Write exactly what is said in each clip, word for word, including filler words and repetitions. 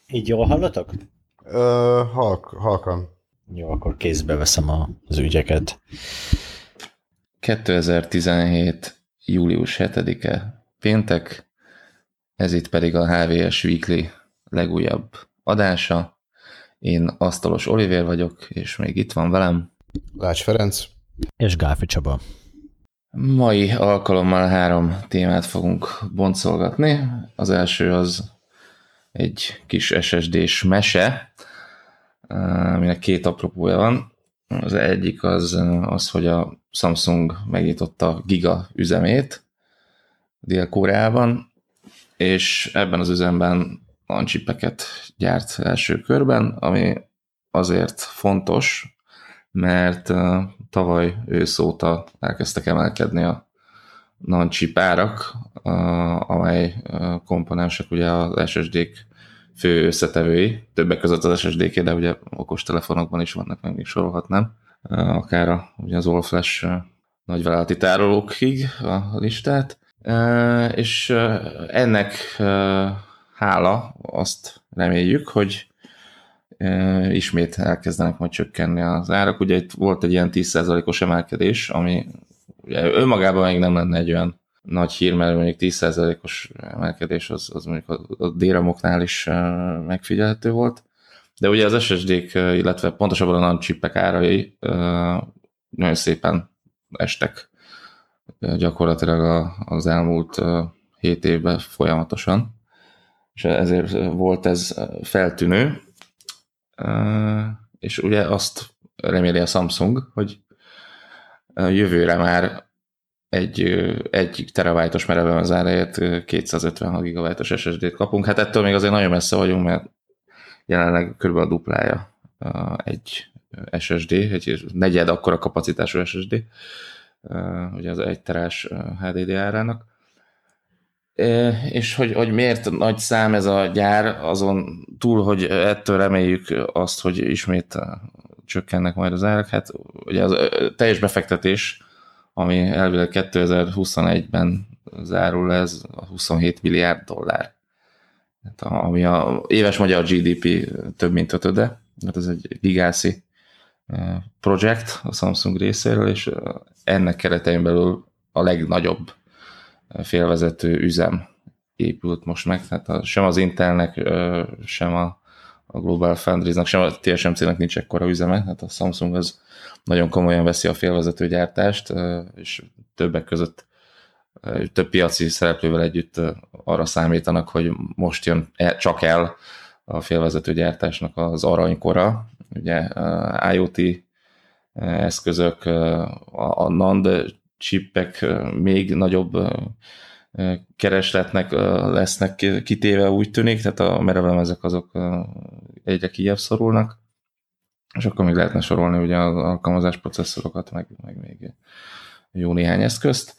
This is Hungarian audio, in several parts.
Így jól hallatok? Ö, halk, halkan. Jó, akkor kézbe veszem a, az ügyeket. kétezer-tizenhét. július hetedike péntek, ez itt pedig a há vé es Weekly legújabb adása. Én Asztalos Olivér vagyok, és még itt van velem Lács Ferenc. És Gálfi Csaba. Mai alkalommal három témát fogunk boncolgatni. Az első az egy kis es es dés mese, aminek két apropója van. Az egyik az, az, hogy a Samsung megnyitotta Giga üzemét Dél-Koreában, és ebben az üzemben lancsipeket gyárt első körben, ami azért fontos, mert tavaly ősz óta elkezdtek emelkedni a nancsip árak, amely komponensek ugye az es es dé-k fő összetevői, többek között az es es dé-ké, de ugye okostelefonokban is vannak, meg még sorolhatnám, akár a, ugye az All Flash nagyvállalati tárolókig a listát, és ennek hála azt reméljük, hogy ismét elkezdenek majd csökkenni az árak. Ugye itt volt egy ilyen tíz százalékos emelkedés, ami ugye önmagában még nem lenne egy olyan nagy hír, mert mondjuk tíz százalékos emelkedés az, az mondjuk a, a dé-ramoknál is megfigyelhető volt. De ugye az es es dé-k, illetve pontosabban a nancsipek árai nagyon szépen estek gyakorlatilag az elmúlt hét évben folyamatosan, és ezért volt ez feltűnő. És ugye azt reméli a Samsung, hogy jövőre már egy egy terabájtos merevlemez áráért kétszázötvenhat gigabájtos es es dé-t kapunk. Hát ettől még azért nagyon messze vagyunk, mert jelenleg körülbelül a duplája egy es es dé, egy negyed akkora kapacitású es es dé, ugye az egy terás há dé dé árának. És hogy, hogy miért nagy szám ez a gyár, azon túl, hogy ettől reméljük azt, hogy ismét csökkennek majd az árak, hát ugye az teljes befektetés, ami elvileg kétezer-huszonegyben zárul le, ez a huszonhét milliárd dollár. Hát ami a éves magyar gé dé pé több mint ötöde, hát ez egy gigászi projekt a Samsung részéről, és ennek keretein belül a legnagyobb félvezető üzem épült most meg, tehát a, sem az Intelnek, sem a, a Global Foundriesnak, sem a té es em cé-nek nincs ekkora üzeme, tehát a Samsung az nagyon komolyan veszi a félvezető gyártást, és többek között több piaci szereplővel együtt arra számítanak, hogy most jön csak el a félvezető gyártásnak az aranykora, ugye IoT eszközök, a NAND chipek még nagyobb keresletnek lesznek kitéve, úgy tűnik, tehát a merevlemezek azok egyre kijebb szorulnak, és akkor még lehetne sorolni ugye az alkalmazás processzorokat, meg, meg még jó néhány eszközt.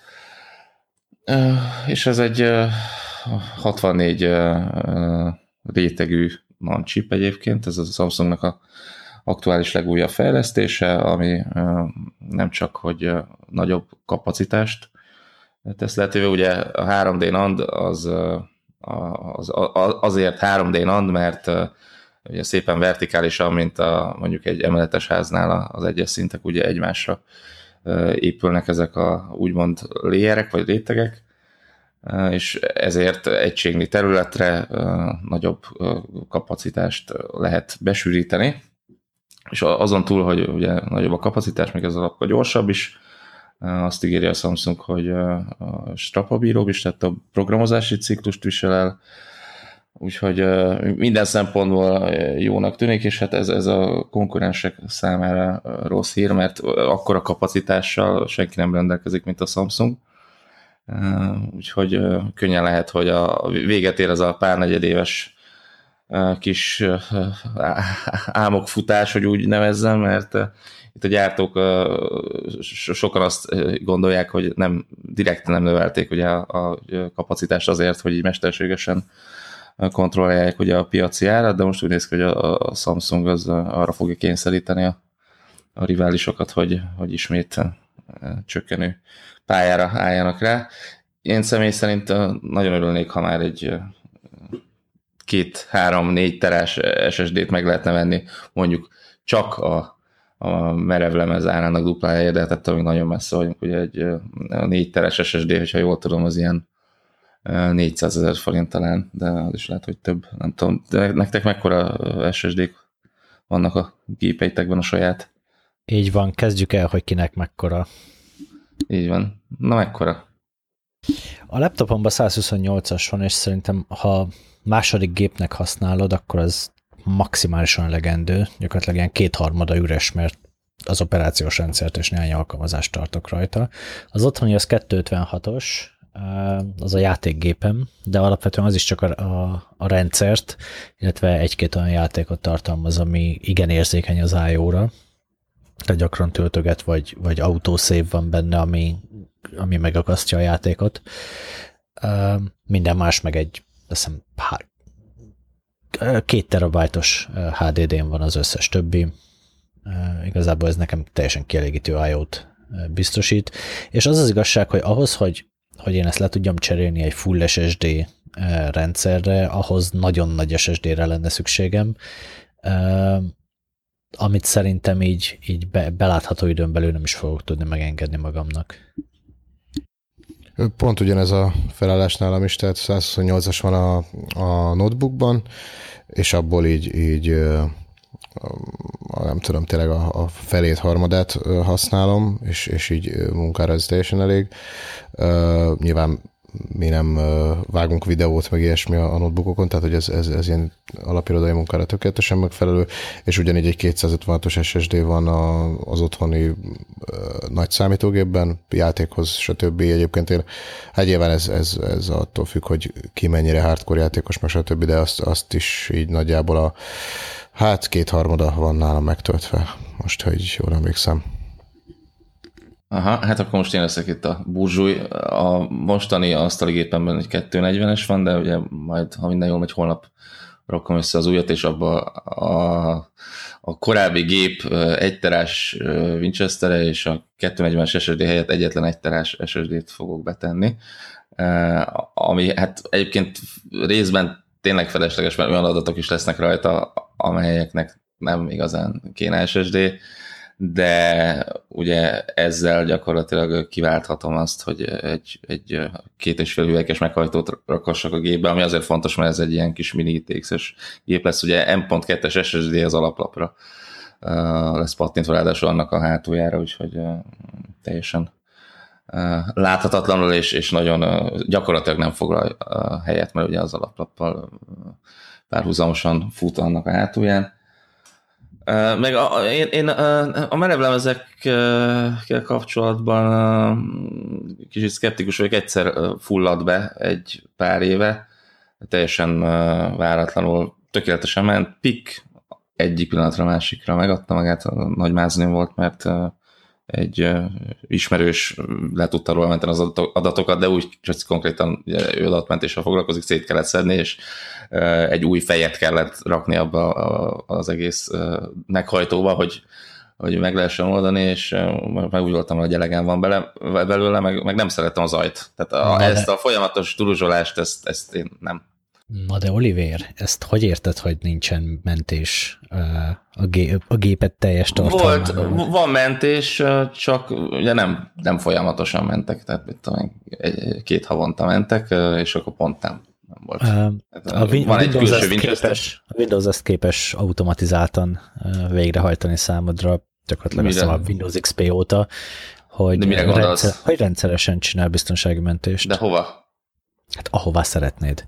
És ez egy hatvannégy rétegű NAND chip egyébként, ez a Samsungnak a aktuális legújabb fejlesztése, ami nem csak, hogy nagyobb kapacitást tesz lehetővé, ugye a három dé NAND az, az, az azért három dé NAND, mert ugye szépen vertikálisan, mint a, mondjuk egy emeletes háznál az egyes szintek ugye egymásra épülnek ezek a úgymond layerek vagy rétegek, és ezért egységnyi területre nagyobb kapacitást lehet besűríteni, és azon túl, hogy ugye nagyobb a kapacitás, még ez alatt gyorsabb is, azt ígéri a Samsung, hogy strapabíróbb is, tehát a programozási ciklust visel el, úgyhogy minden szempontból jónak tűnik, és hát ez, ez a konkurensek számára rossz hír, mert akkora kapacitással senki nem rendelkezik, mint a Samsung, úgyhogy könnyen lehet, hogy a véget ér az a pár negyedéves kis álmokfutás, hogy úgy nevezzem, mert itt a gyártók sokan azt gondolják, hogy nem direkt nem növelték ugye a kapacitást azért, hogy így mesterségesen kontrollálják ugye a piaci árat, de most úgy néz ki, hogy a Samsung az arra fogja kényszeríteni a, a riválisokat, hogy, hogy ismét csökkenő pályára álljanak rá. Én személy szerint nagyon örülnék, ha már egy két, három, négy terás es es dét meg lehetne venni, mondjuk csak a, a merevlemez árának duplájáért, de hát ettől még nagyon messze vagyunk, ugye egy négy terás es es dé, hogyha jól tudom, az ilyen négyszázezer forint talán, de az is lehet, hogy több, nem tudom. De nektek mekkora es es dék vannak a gépeitekben a saját? Így van, kezdjük el, hogy kinek mekkora. Így van. Na mekkora? A laptopomban százhuszonnyolcas van, és szerintem ha második gépnek használod, akkor az maximálisan elegendő, gyakorlatilag ilyen kétharmada üres, mert az operációs rendszert és néhány alkalmazást tartok rajta. Az otthoni az kétszázötvenhatos, az a játékgépem, de alapvetően az is csak a, a, a rendszert, illetve egy-két olyan játékot tartalmaz, ami igen érzékeny az í ó-ra, tehát gyakran töltöget, vagy, vagy autosave van benne, ami, ami megakasztja a játékot. Minden más meg egy, azt hiszem, két terabájtos há dé dén van az összes többi. Igazából ez nekem teljesen kielégítő í ó-t biztosít. És az az igazság, hogy ahhoz, hogy, hogy én ezt le tudjam cserélni egy full es es dé rendszerre, ahhoz nagyon nagy es es dére lenne szükségem, amit szerintem így, így be, belátható időn belül nem is fogok tudni megengedni magamnak. Pont ugyanez a felállás nálam is, tehát százhuszonnyolcas van a, a notebookban, és abból így, így a, nem tudom, tényleg a, a felét, harmadát használom, és, és így munkára ez teljesen elég. Uh, nyilván mi nem vágunk videót, meg ilyesmi a notebookokon, tehát hogy ez, ez, ez ilyen alapirodai munkára tökéletesen megfelelő, és ugyanígy egy kétszázötvenhatos es es dé van a, az otthoni uh, nagy számítógépben, játékhoz, stb. Egyébként én, hát nyilván ez, ez, ez attól függ, hogy ki mennyire hardcore játékos, meg stb., de azt, azt is így nagyjából a hát kétharmada van nálam megtöltve, most, hogy jól emlékszem. Aha, hát akkor most én leszek itt a burzsúj. A mostani asztali gépemben egy kétszáznegyvenes van, de ugye majd, ha minden jól megy, holnap rakom össze az újat, és abba a, a korábbi gép egy terás Winchester-e és a kétszáznegyvenes es es dé helyett egyetlen egy terás es es dét fogok betenni, ami hát egyébként részben tényleg felesleges, mert olyan adatok is lesznek rajta, amelyeknek nem igazán kéne es es dé, de ugye ezzel gyakorlatilag kiválthatom azt, hogy egy, egy két és fél üveges meghajtót rakassak a gépbe, ami azért fontos, mert ez egy ilyen kis mini i té iksz-es gép lesz, ugye em pont kettes es es dé az alaplapra uh, lesz pattintva, ráadásul annak a hátuljára, úgyhogy uh, teljesen uh, láthatatlanul és, és nagyon uh, gyakorlatilag nem foglal uh, helyet, mert ugye az alaplappal uh, párhuzamosan fut annak a hátulján. Uh, meg a, én, én uh, a merevlemezekkel kapcsolatban uh, kicsit szkeptikus vagyok, egyszer uh, fulladt be egy pár éve, teljesen uh, váratlanul, tökéletesen ment, pik, egyik pillanatra másikra megadta magát, a nagy mázném volt, mert uh, egy uh, ismerős le tudta róla menteni az adatokat, de úgy csak konkrétan ugye, ő adatmentéssel foglalkozik, szét kellett szedni, és uh, egy új fejet kellett rakni abba a, az egész uh, meghajtóba, hogy, hogy meg lehessen oldani, és uh, meg úgy voltam, hogy elegem van bele, belőle, meg, meg nem szeretem az ajt. Tehát a, ezt a folyamatos turuzsolást, ezt, ezt én nem. Na de Olivér, ezt hogy érted, hogy nincsen mentés a, gép, a gépet teljes tartalmában? Volt, van mentés, csak ugye nem, nem folyamatosan mentek, tehát mit tudom, két havonta mentek, és akkor pont nem, nem volt. Uh, a, Win- van a, egy Windows képes, a Windows ezt képes automatizáltan végrehajtani számodra, gyakorlatilag azt hiszem a Windows iksz pé óta, hogy, rendszer, hogy rendszeresen csinál biztonsági mentést. De hova? Hát ahová szeretnéd.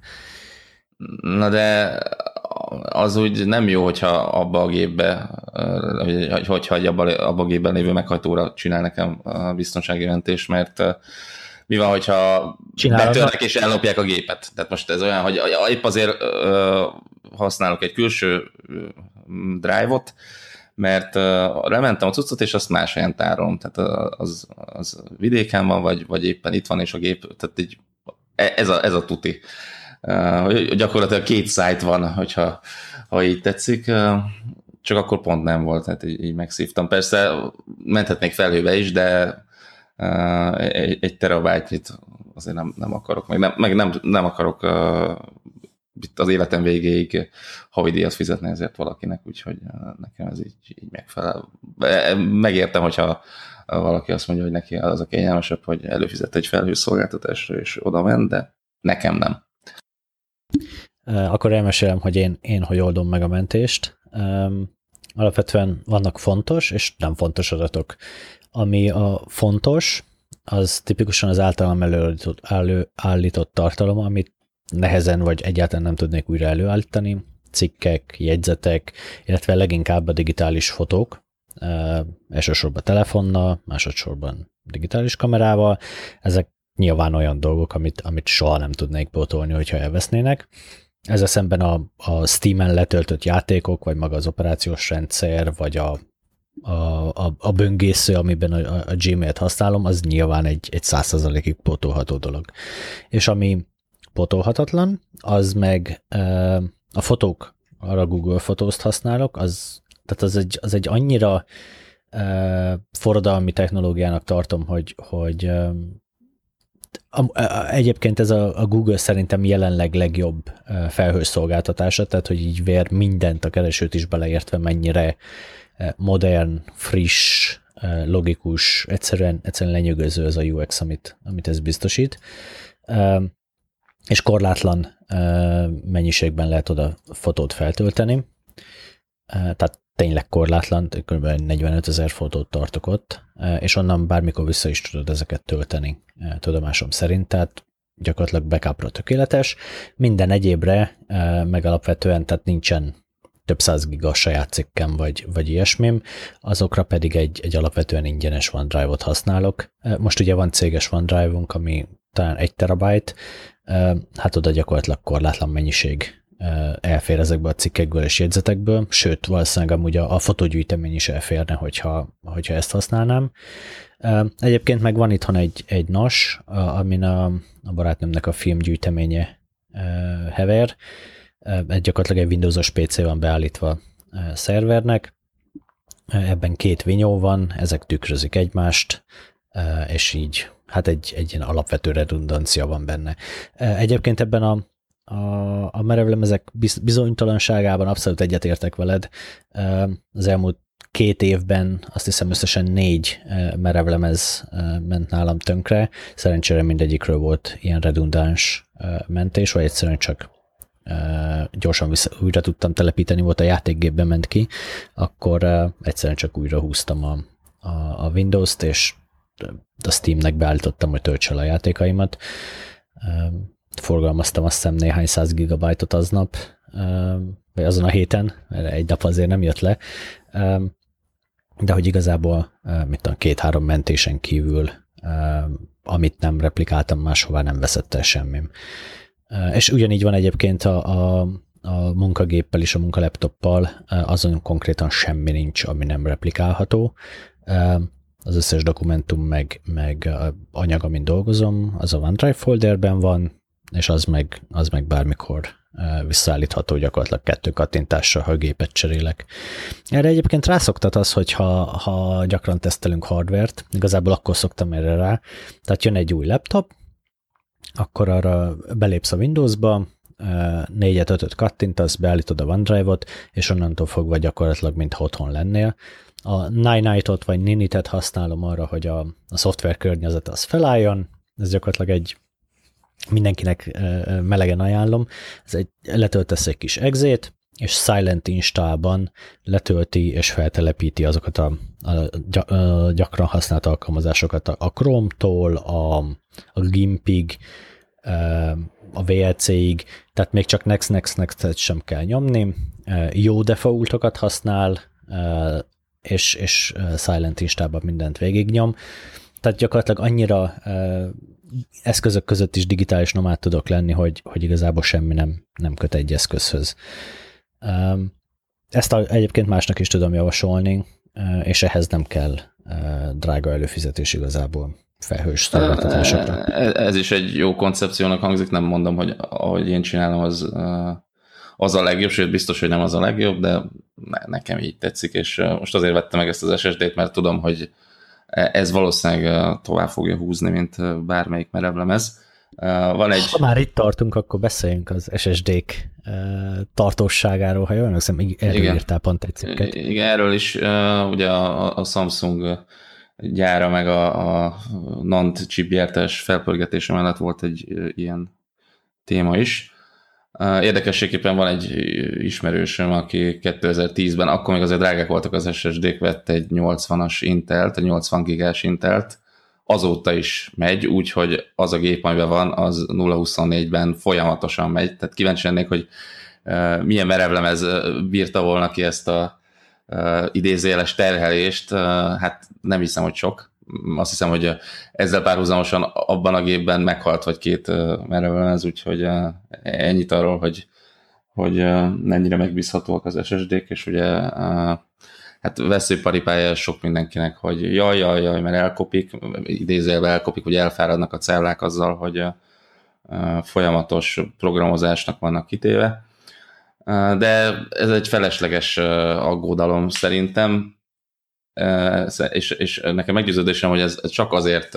Na de az úgy nem jó, hogyha abba a gépbe, hogyha abba, abba a gépben lévő meghajtóra csinál nekem a biztonsági mentés, mert mi van, hogyha betörnek és ellopják a gépet. Tehát most ez olyan, hogy épp azért használok egy külső drive-ot, mert lementem a cuccot, és azt más helyen tárolom. Tehát az, az vidéken van, vagy, vagy éppen itt van, és a gép, tehát így, ez, a, ez a tuti. Uh, gyakorlatilag két szájt van, hogyha ha így tetszik, uh, csak akkor pont nem volt, tehát így, így megszívtam. Persze menthetnék felhőbe is, de uh, egy, egy terabájt azért nem, nem akarok, meg nem, meg nem, nem akarok uh, az életem végéig havidíjat fizetni ezért valakinek, úgyhogy nekem ez így, így megfelel. Megértem, hogyha valaki azt mondja, hogy neki az a kényelmesebb, hogy előfizet egy felhőszolgáltatásra, és oda ment, de nekem nem. Akkor elmesélem, hogy én, én hogy oldom meg a mentést. Alapvetően vannak fontos és nem fontos adatok. Ami a fontos, az tipikusan az általam előállított, előállított tartalom, amit nehezen vagy egyáltalán nem tudnék újra előállítani, cikkek, jegyzetek, illetve leginkább a digitális fotók, elsősorban telefonnal, másodszorban digitális kamerával. Ezek nyilván olyan dolgok, amit, amit soha nem tudnék pótolni, hogyha elvesznének. Ezzel szemben a, a Steam-en letöltött játékok, vagy maga az operációs rendszer, vagy a, a, a, a böngésző, amiben a, a Gmailt használom, az nyilván egy, egy száz százalékig pótolható dolog. És ami pótolhatatlan, az meg a fotók, arra Google Photos-t használok, az, tehát az egy, az egy annyira forradalmi technológiának tartom, hogy, hogy A, a, egyébként ez a, a Google szerintem jelenleg legjobb felhős szolgáltatása, tehát hogy így vér mindent, a keresőt is beleértve, mennyire modern, friss, logikus, egyszerűen, egyszerűen lenyűgöző ez a u iksz, amit, amit ez biztosít. És korlátlan mennyiségben lehet oda fotót feltölteni, tehát tényleg korlátlan, kb. negyvenötezer fotót tartok ott, és onnan bármikor vissza is tudod ezeket tölteni, tudomásom szerint, tehát gyakorlatilag backupra tökéletes. Minden egyébre meg alapvetően, tehát nincsen több száz giga saját cikkem, vagy, vagy ilyesmim, azokra pedig egy, egy alapvetően ingyenes OneDrive-ot használok. Most ugye van céges OneDrive-unk, ami talán egy terabyte, hát oda gyakorlatilag korlátlan mennyiség elfér ezekből a cikkekből és jegyzetekből, sőt, valószínűleg amúgy a, a fotógyűjtemény is elférne, hogyha, hogyha ezt használnám. Egyébként meg van itthon egy, egy nas, amin a, a barátnőmnek a filmgyűjteménye hever, egy gyakorlatilag egy Windowsos pé cé van beállítva szervernek, ebben két vinyó van, ezek tükrözik egymást, és így hát egy, egy ilyen alapvető redundancia van benne. Egyébként ebben a A, a merevlemezek bizonytalanságában abszolút egyetértek veled. Az elmúlt két évben azt hiszem összesen négy merevlemez ment nálam tönkre. Szerencsére mindegyikről volt ilyen redundáns mentés, vagy egyszerűen csak gyorsan vissza, újra tudtam telepíteni, volt a játékgépben ment ki, akkor egyszerűen csak újra húztam a, a, a Windows-t, és a Steamnek beállítottam, hogy töltse a játékaimat. Forgalmaztam azt hiszem néhány száz gigabájtot aznap, vagy azon a héten, mert egy nap azért nem jött le, de hogy igazából mit tudom, két-három mentésen kívül, amit nem replikáltam máshová, nem veszett el semmim. És ugyanígy van egyébként a, a, a munkagéppel és a munkalaptoppal, azon konkrétan semmi nincs, ami nem replikálható. Az összes dokumentum meg, meg anyag, amin dolgozom, az a OneDrive folderben van, és az meg, az meg bármikor visszaállítható gyakorlatilag kettő kattintással, ha a gépet cserélek. Erre egyébként rászoktat az, hogy ha, ha gyakran tesztelünk hardvert, igazából akkor szoktam erre rá, tehát jön egy új laptop, akkor arra belépsz a Windowsba, négyet, ötöt kattintasz, beállítod a OneDrive-ot, és onnantól fogva gyakorlatilag mintha otthon lennél. A Ninite-ot vagy Ninit-et használom arra, hogy a, a szoftver környezet az felálljon, ez gyakorlatilag egy mindenkinek melegen ajánlom, ez egy, letöltesz egy kis exét, és Silent Installban letölti és feltelepíti azokat a, a, a gyakran használt alkalmazásokat a Chrome-tól, a, a Gimpig, a vé el cé-ig, tehát még csak next, next, next sem kell nyomni, jó defaultokat használ, és, és Silent Installban mindent végignyom, tehát gyakorlatilag annyira eszközök között is digitális nomád tudok lenni, hogy, hogy igazából semmi nem, nem köt egy eszközhöz. Ezt a, egyébként másnak is tudom javasolni, és ehhez nem kell drága előfizetés igazából felhős szolgáltatásokra. Ez is egy jó koncepciónak hangzik, nem mondom, hogy ahogy én csinálom, az, az a legjobb, sőt biztos, hogy nem az a legjobb, de nekem így tetszik, és most azért vettem meg ezt az es es dét, mert tudom, hogy ez valószínűleg tovább fogja húzni, mint bármelyik merevlemez. Van egy... Ha már itt tartunk, akkor beszéljünk az es es dé-k tartóságáról, ha jól emlékszem, erről igen. írtál pont egy cikket. Igen, erről is ugye a, a Samsung gyára meg a, a NAND chipgyártás felpörgetése mellett volt egy ilyen téma is. Érdekességképpen van egy ismerősöm, aki kétezer-tízben, akkor még azért drágák voltak az es es dé-k, vett egy nyolcvanas Intelt, egy nyolcvan gigás Intelt, azóta is megy, úgyhogy az a gép, amiben van, az nulla huszonnégyben folyamatosan megy. Tehát kíváncsi lennék, hogy uh, milyen merevlemez bírta volna ki ezt a uh, idézőjeles terhelést. Uh, hát nem hiszem, hogy sok. Azt hiszem, hogy ezzel párhuzamosan abban a gépben meghalt vagy két uh, merevlemez, úgyhogy uh, ennyit arról, hogy, hogy uh, mennyire megbízhatóak az es es dé-k, és ugye uh, hát veszőparipája sok mindenkinek, hogy jaj, jaj, jaj, mert elkopik, idézőjelben elkopik, hogy elfáradnak a cellák azzal, hogy a, a folyamatos programozásnak vannak kitéve. De ez egy felesleges aggódalom szerintem, és, és nekem meggyőződésem, hogy ez csak azért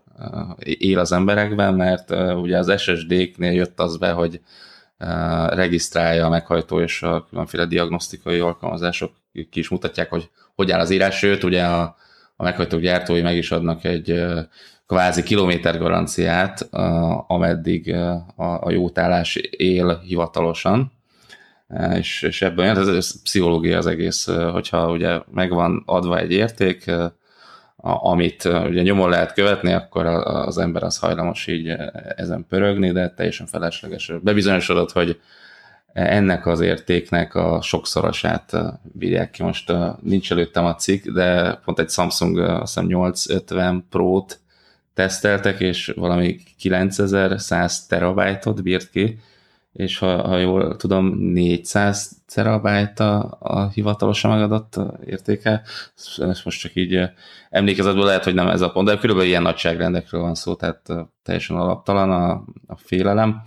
él az emberekben, mert ugye az es es dé-knél jött az be, hogy regisztrálja a meghajtó, és a különféle diagnosztikai alkalmazások ki is mutatják, hogy hogy áll az írás, sőt, ugye a, a meghajtók gyártói meg is adnak egy kvázi kilométer garanciát, ameddig a, a jótállás él hivatalosan, és, és ebben ez, ez pszichológia az egész, hogyha ugye megvan adva egy érték, amit ugye nyomon lehet követni, akkor az ember az hajlamos így ezen pörögni, de teljesen felesleges. Bebizonyosodott, hogy ennek az értéknek a sokszorosát bírják ki. Most nincs előttem a cikk, de pont egy Samsung azt hiszem nyolcszázötven Pro-t teszteltek, és valami kilencezer-száz terabájtot bírt ki, és ha, ha jól tudom, négyszáz terabájt a, a hivatalosan megadott értéke. Ezt most csak így emlékezetből lehet, hogy nem ez a pont, de körülbelül ilyen nagyságrendekről van szó, tehát teljesen alaptalan a, a félelem.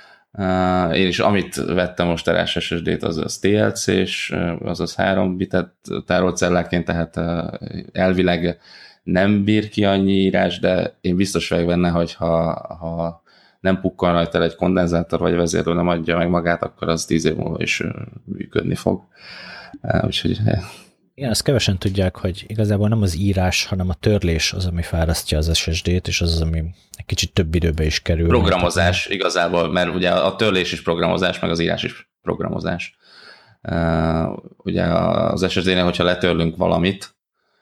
Én is amit vettem most terás es es dé-t, az, az té el cé-s, azaz három bitet tárolt celláként, tehát elvileg nem bír ki annyi írás, de én biztos vagyok benne, hogy ha, ha nem pukkan rajta egy kondenzátor, vagy vezérlő nem adja meg magát, akkor az tíz év múlva is működni fog. Úgyhogy... Igen, azt kevesen tudják, hogy igazából nem az írás, hanem a törlés az, ami fárasztja az es es dé-t, és az az, ami egy kicsit több időbe is kerül. Programozás igazából, mert ugye a törlés is programozás, meg az írás is programozás. Uh, ugye az es es dé-nél, hogyha letörlünk valamit,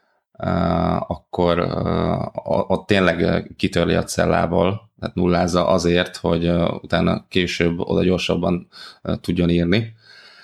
uh, akkor uh, ott tényleg kitörli a cellából, tehát nullázza azért, hogy uh, utána később oda gyorsabban uh, tudjon írni.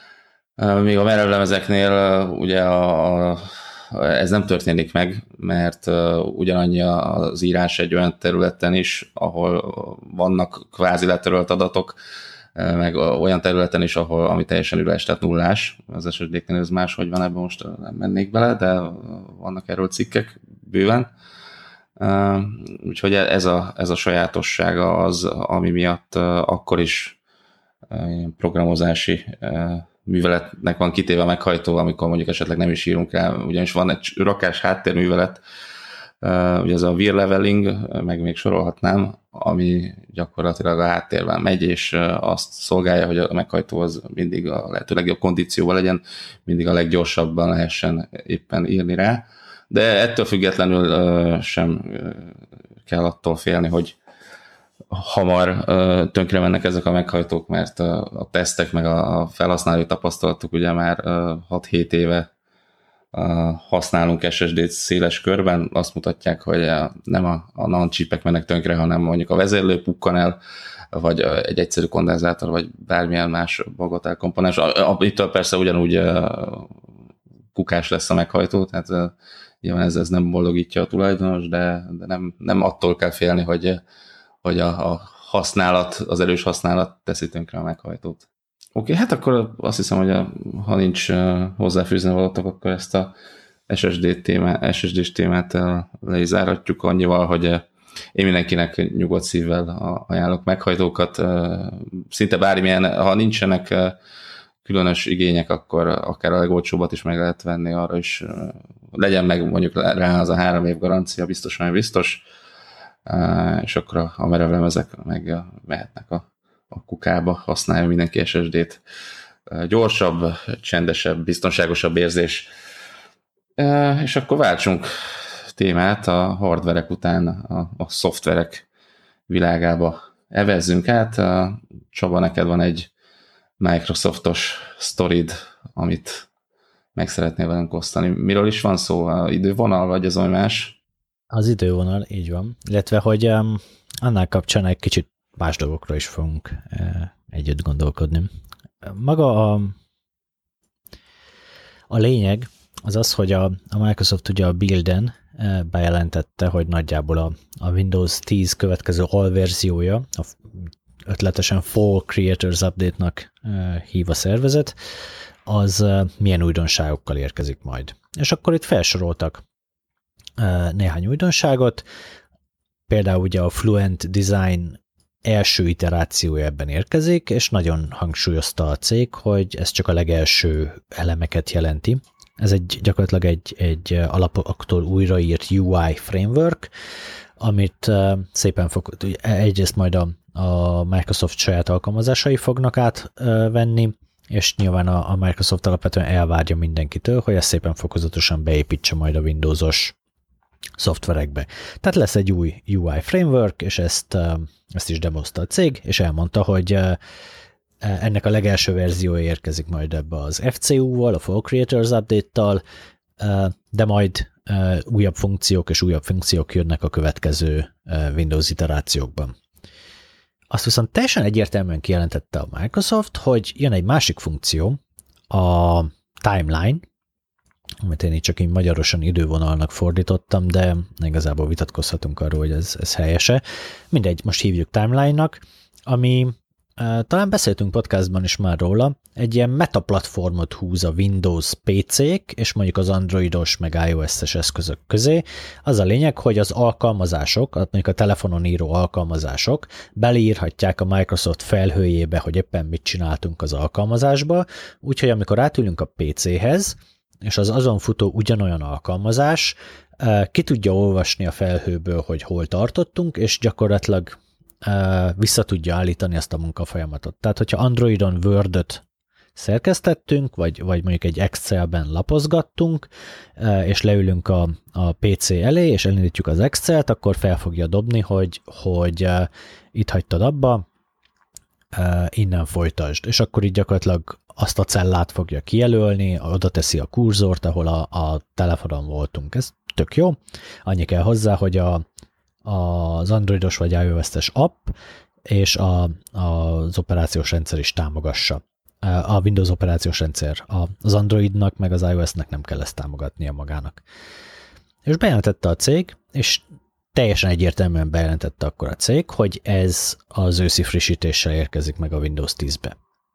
Még a merevlemezeknél ugye a, a, ez nem történik meg, mert uh, ugyanannyi az írás egy olyan területen is, ahol vannak kvázi letörölt adatok, uh, meg olyan területen is, ahol ami teljesen üres, tehát nullás. Az es es dé-knél ez máshogy van, ebben most nem mennék bele, de vannak erről cikkek bőven. Uh, úgyhogy ez a, ez a sajátossága az, ami miatt uh, akkor is uh, programozási uh, műveletnek van kitéve meghajtó, amikor mondjuk esetleg nem is írunk rá, ugyanis van egy rakás háttérművelet, ugye ez a Wear Leveling, meg még sorolhatnám, ami gyakorlatilag a háttérben megy, és azt szolgálja, hogy a meghajtó az mindig a lehető legjobb kondícióban legyen, mindig a leggyorsabban lehessen éppen írni rá, de ettől függetlenül sem kell attól félni, hogy hamar uh, tönkre mennek ezek a meghajtók, mert uh, a tesztek meg a, a felhasználói tapasztalatok ugye már uh, hat-hét éve uh, használunk es es dé-t széles körben, azt mutatják, hogy uh, nem a, a NAND chipek mennek tönkre, hanem mondjuk a vezérlő pukkan el, vagy uh, egy egyszerű kondenzátor, vagy bármilyen más bagatell komponens. Ittől persze ugyanúgy uh, kukás lesz a meghajtó, tehát uh, nyilván ez, ez nem boldogítja a tulajdonos, de, de nem, nem attól kell félni, hogy hogy a, a használat, az erős használat teszi tönkre a meghajtót. Oké, hát akkor azt hiszem, hogy a, ha nincs uh, hozzáfűzni valótok, akkor ezt a es es dé témá, es es dés témát uh, le is záratjuk annyival, hogy uh, én mindenkinek nyugodt szívvel ajánlok meghajtókat. Uh, szinte bármilyen, ha nincsenek uh, különös igények, akkor akár a legolcsóbbat is meg lehet venni, arra is uh, legyen meg mondjuk rá az a három év garancia, biztos, vagy biztos. és akkor a merevlemezek meg mehetnek a, a kukába, használja mindenki es es dét. Gyorsabb, csendesebb, biztonságosabb érzés. És akkor váltsunk témát a hardverek után a, a szoftverek világába evezzünk át. Csaba, neked van egy Microsoftos sztorid, amit meg szeretnél velünk osztani. Miről is van szó? A idővonal, vagy az olyan más? Az idővonal, így van. Illetve, hogy um, annál kapcsán egy kicsit más dolgokról is fogunk uh, együtt gondolkodni. Maga a, a lényeg az az, hogy a, a Microsoft ugye a builden uh, bejelentette, hogy nagyjából a, a Windows tíz következő alverziója, a ötletesen Fall Creators Update-nak uh, hív a szervezet, az uh, milyen újdonságokkal érkezik majd. És akkor itt felsoroltak uh, néhány újdonságot, például ugye a Fluent Design első iterációja ebben érkezik, és nagyon hangsúlyozta a cég, hogy ez csak a legelső elemeket jelenti. Ez egy gyakorlatilag egy, egy alapoktól újraírt u i framework, amit uh, szépen fog, egyrészt majd a, a Microsoft saját alkalmazásai fognak átvenni, és nyilván a, a Microsoft alapvetően elvárja mindenkitől, hogy ezt szépen fokozatosan beépítse majd a Windowsos szoftverekbe. Tehát lesz egy új u i framework, és ezt, ezt is demozta a cég, és elmondta, hogy ennek a legelső verziója érkezik majd ebbe az ef cé u-val, a Fall Creators Update-tal, de majd újabb funkciók és újabb funkciók jönnek a következő Windows iterációkban. Azt viszont teljesen egyértelműen kijelentette a Microsoft, hogy jön egy másik funkció, a timeline, amit én így csak így magyarosan idővonalnak fordítottam, de igazából vitatkozhatunk arról, hogy ez, ez helyese. Mindegy, most hívjuk timeline-nak, ami talán beszéltünk podcastban is már róla, egy ilyen metaplatformot húz a Windows pé cék, és mondjuk az androidos meg iOS-es eszközök közé. Az a lényeg, hogy az alkalmazások, mondjuk a telefonon író alkalmazások beleírhatják a Microsoft felhőjébe, hogy éppen mit csináltunk az alkalmazásba, úgyhogy amikor átülünk a pé céhez, és az azon futó ugyanolyan alkalmazás, ki tudja olvasni a felhőből, hogy hol tartottunk, és gyakorlatilag vissza tudja állítani ezt a munkafolyamatot. Tehát, hogyha Androidon Word-öt szerkesztettünk, vagy, vagy mondjuk egy Excelben lapozgattunk, és leülünk a, a pé cé elé, és elindítjuk az Excelt, akkor fel fogja dobni, hogy, hogy itt hagytad abba, innen folytasd. És akkor így gyakorlatilag azt a cellát fogja kijelölni, oda teszi a kurzort, ahol a, a telefonon voltunk. Ez tök jó. Annyi kell hozzá, hogy a az androidos vagy iOS-es app, és a, az operációs rendszer is támogassa. A Windows operációs rendszer. Az Androidnak meg az iOS-nek nem kell ezt támogatnia magának. És bejelentette a cég, és teljesen egyértelműen bejelentette akkor a cég, hogy ez az őszi frissítéssel érkezik meg a Windows tízbe.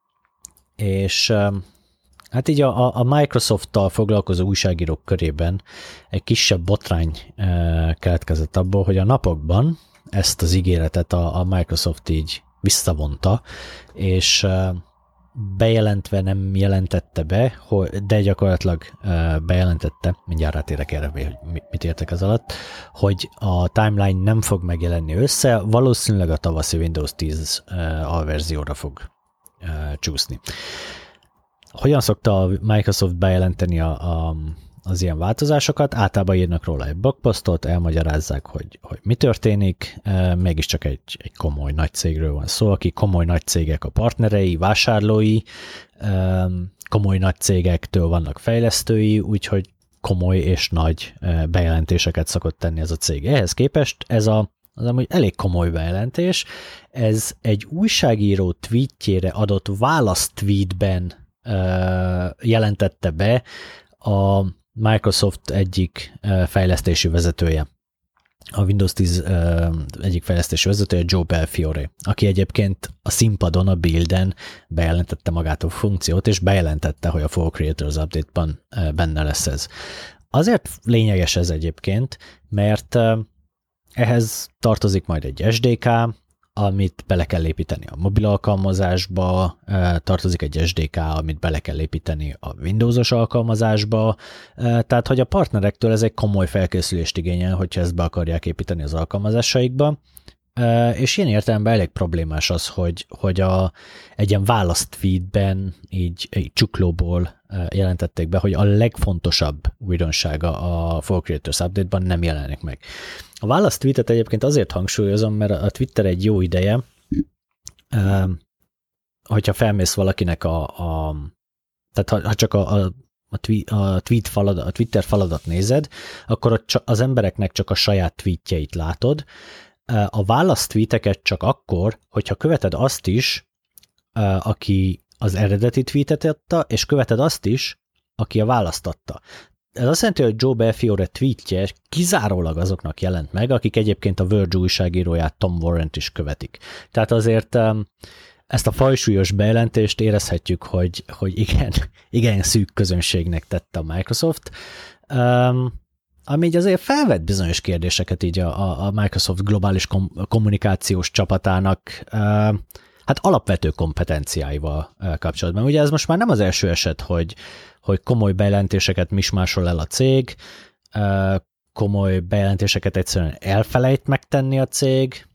És hát így a, a Microsoft-tal foglalkozó újságírók körében egy kisebb botrány e, keletkezett abból, hogy a napokban ezt az ígéretet a, a Microsoft így visszavonta, és e, bejelentve nem jelentette be, hogy, de gyakorlatilag e, bejelentette, mindjárt rátérek erre, hogy mit értek ez alatt, hogy a timeline nem fog megjelenni össze, valószínűleg a tavaszi Windows tíz e, alverzióra fog e, csúszni. Hogyan szokta a Microsoft bejelenteni a, a, az ilyen változásokat? Általában írnak róla egy blogposztot, elmagyarázzák, hogy, hogy mi történik, e, mégiscsak egy, egy komoly nagy cégről van szó, aki komoly nagy cégek a partnerei, vásárlói, e, komoly nagy cégektől vannak fejlesztői, úgyhogy komoly és nagy e, bejelentéseket szokott tenni ez a cég. Ehhez képest ez a az amúgy elég komoly bejelentés, ez egy újságíró tweetjére adott válasz tweetben jelentette be a Microsoft egyik fejlesztési vezetője. A Windows tíz egyik fejlesztési vezetője Joe Belfiore, aki egyébként a színpadon, a builden bejelentette magát a funkciót, és bejelentette, hogy a Fall Creators Update-ban benne lesz ez. Azért lényeges ez egyébként, mert ehhez tartozik majd egy es dé ká, amit bele kell építeni a mobil alkalmazásba, tartozik egy es dé ká, amit bele kell építeni a Windowsos alkalmazásba, tehát hogy a partnerektől ez egy komoly felkészülést igényel, hogyha ezt be akarják építeni az alkalmazásaikba, és ilyen értelemben elég problémás az, hogy, hogy a, egy ilyen választ-tweetben így, így csuklóból jelentették be, hogy a legfontosabb újdonsága a For Creators Update-ban nem jelenik meg. A választ-tweetet egyébként azért hangsúlyozom, mert a Twitter egy jó ideje, hogyha felmész valakinek a, a tehát ha, ha csak a, a, a, tweet, a, tweet faladat, a Twitter faladat nézed, akkor az embereknek csak a saját tweetjeit látod. A választ-tweeteket csak akkor, hogyha követed azt is, aki az eredeti tweetet adta, és követed azt is, aki a választ adta. Ez azt jelenti, hogy Joe Belfiore tweetje kizárólag azoknak jelent meg, akik egyébként a Verge újságíróját, Tom Warrent is követik. Tehát azért ezt a fajsúlyos bejelentést érezhetjük, hogy, hogy igen, igen szűk közönségnek tette a Microsoft, ami így azért felvet bizonyos kérdéseket így a, a Microsoft globális kom- kommunikációs csapatának hát alapvető kompetenciáival kapcsolatban. Ugye ez most már nem az első eset, hogy, hogy komoly bejelentéseket mismásol el a cég, komoly bejelentéseket egyszerűen elfelejt megtenni a cég.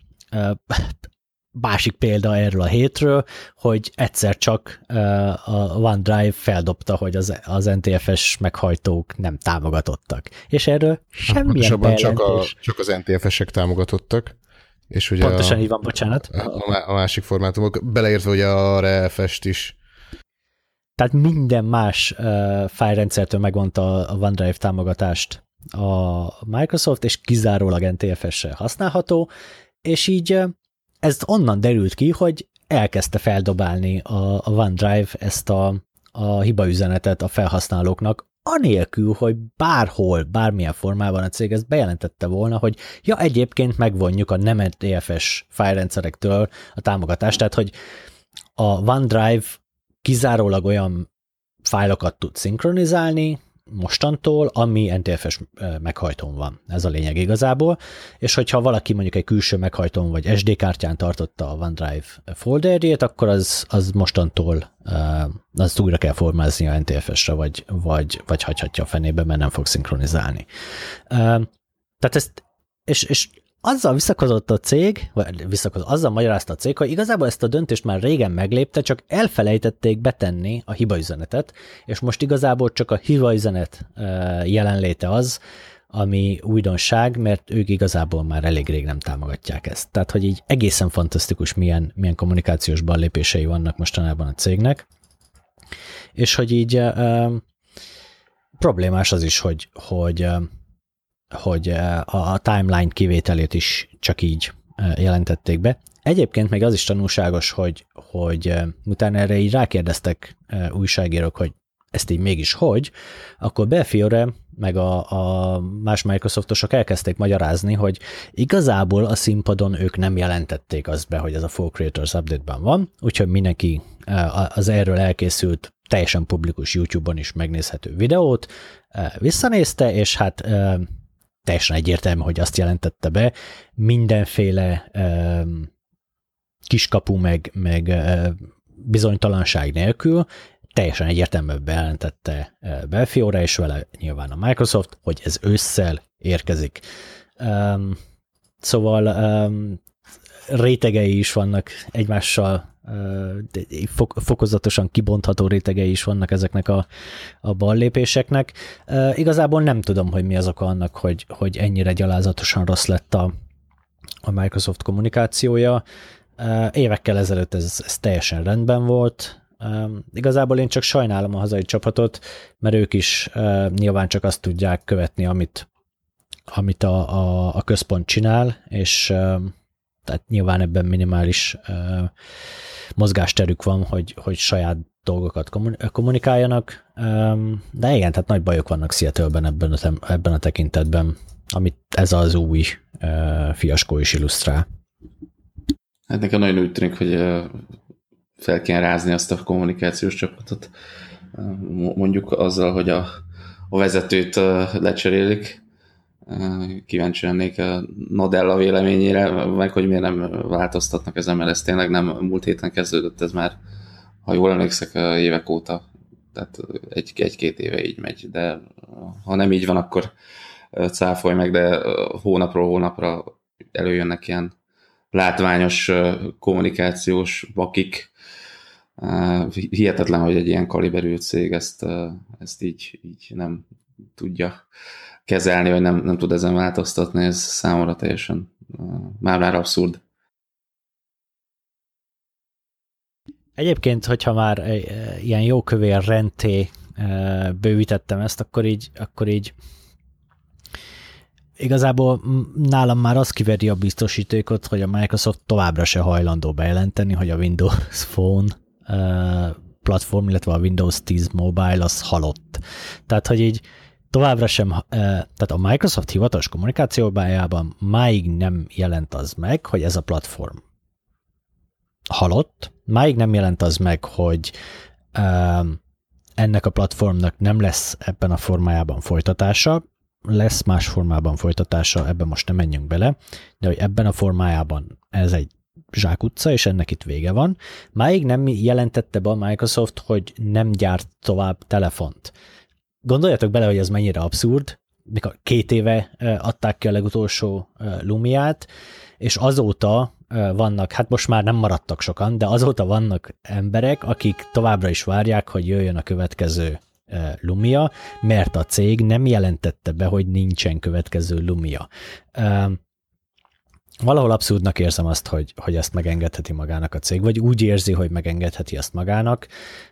Másik példa erről a hétről, hogy egyszer csak a OneDrive feldobta, hogy az, az en té ef es meghajtók nem támogatottak. És erről semmilyen bejelentés. Csak, a, csak az en té ef esek támogatottak. És ugye pontosan a, így van, bocsánat. A, a másik formátumok, beleértve ugye a er e ef est is. Tehát minden más uh, fájlrendszertől megvonta a OneDrive támogatást a Microsoft, és kizárólag en té ef essel használható, és így uh, ez onnan derült ki, hogy elkezdte feldobálni a, a OneDrive ezt a, a hibaüzenetet a felhasználóknak, anélkül, hogy bárhol, bármilyen formában a cég ezt bejelentette volna, hogy ja, egyébként megvonjuk a nem en té ef es fájlrendszerektől a támogatást, tehát hogy a OneDrive kizárólag olyan fájlokat tud szinkronizálni mostantól, ami en té ef es meghajtón van. Ez a lényeg igazából, és hogyha valaki mondjuk egy külső meghajtón vagy es dé kártyán tartotta a OneDrive folderjét, akkor az, az mostantól azt újra kell formázni a en té ef esre, vagy, vagy, vagy hagyhatja a fenébe, mert nem fog szinkronizálni. Tehát ezt, és, és azzal visszakozott a cég, vagy visszakozott, azzal magyarázta a cég, hogy igazából ezt a döntést már régen meglépte, csak elfelejtették betenni a hibaüzenetet, és most igazából csak a hibaüzenet jelenléte az, ami újdonság, mert ők igazából már elég rég nem támogatják ezt. Tehát, hogy így egészen fantasztikus, milyen, milyen kommunikációs ballépései vannak mostanában a cégnek, és hogy így uh, problémás az is, hogy, hogy uh, hogy a timeline kivételét is csak így jelentették be. Egyébként még az is tanulságos, hogy, hogy utána erre így rákérdeztek újságírók, hogy ezt így mégis hogy, akkor Belfiore meg a, a más Microsoftosok elkezdték magyarázni, hogy igazából a színpadon ők nem jelentették azt be, hogy ez a For Creators Update-ben van, úgyhogy mindenki az erről elkészült teljesen publikus YouTube-on is megnézhető videót visszanézte, és hát teljesen egyértelmű, hogy azt jelentette be, mindenféle um, kiskapu meg, meg uh, bizonytalanság nélkül, teljesen egyértelműen bejelentette uh, Belfiore, és vele nyilván a Microsoft, hogy ez ősszel érkezik. Um, szóval um, rétegei is vannak egymással, fokozatosan kibontható rétegei is vannak ezeknek a, a ballépéseknek. Igazából nem tudom, hogy mi az oka annak, hogy, hogy ennyire gyalázatosan rossz lett a, a Microsoft kommunikációja. Évekkel ezelőtt ez, ez teljesen rendben volt. Igazából én csak sajnálom a hazai csapatot, mert ők is nyilván csak azt tudják követni, amit, amit a, a, a központ csinál, és tehát nyilván ebben minimális mozgásterük van, hogy, hogy saját dolgokat kommunikáljanak, de igen, tehát nagy bajok vannak Seattle-ben ebben a, ebben a tekintetben, amit ez az új fiaskó is illusztrál. Hát nekem nagyon úgy tűnik, hogy fel kell rázni azt a kommunikációs csapatot, mondjuk azzal, hogy a, a vezetőt lecserélik, Kíváncsi lennék a Nadella véleményére, meg hogy miért nem változtatnak ezen, mert ez tényleg nem múlt héten kezdődött, ez már, ha jól emlékszek, évek óta, tehát egy, egy-két éve így megy, de ha nem így van, akkor cáfolj meg, de hónapról hónapra előjönnek ilyen látványos kommunikációs bakik. Hihetetlen, hogy egy ilyen kaliberű cég ezt, ezt így, így nem tudja kezelni, vagy nem, nem tud ezen változtatni, ez számomra teljesen már-már abszurd. Egyébként, hogyha már ilyen jókövér renté bővítettem ezt, akkor így, akkor így igazából nálam már az kiveri a biztosítékot, hogy a Microsoft továbbra se hajlandó bejelenteni, hogy a Windows Phone platform, illetve a Windows tíz Mobile az halott. Tehát, hogy így továbbra sem, tehát a Microsoft hivatalos kommunikációjában máig nem jelent az meg, hogy ez a platform halott, máig nem jelent az meg, hogy ennek a platformnak nem lesz ebben a formájában folytatása, lesz más formában folytatása, ebben most nem menjünk bele, de hogy ebben a formájában ez egy zsákutca, és ennek itt vége van. Máig nem jelentette be a Microsoft, hogy nem gyárt tovább telefont. Gondoljatok bele, hogy ez mennyire abszurd, mikor két éve adták ki a legutolsó Lumiát, és azóta vannak, hát most már nem maradtak sokan, de azóta vannak emberek, akik továbbra is várják, hogy jöjjön a következő Lumia, mert a cég nem jelentette be, hogy nincsen következő Lumia. Valahol abszurdnak érzem azt, hogy, hogy ezt megengedheti magának a cég, vagy úgy érzi, hogy megengedheti ezt magának.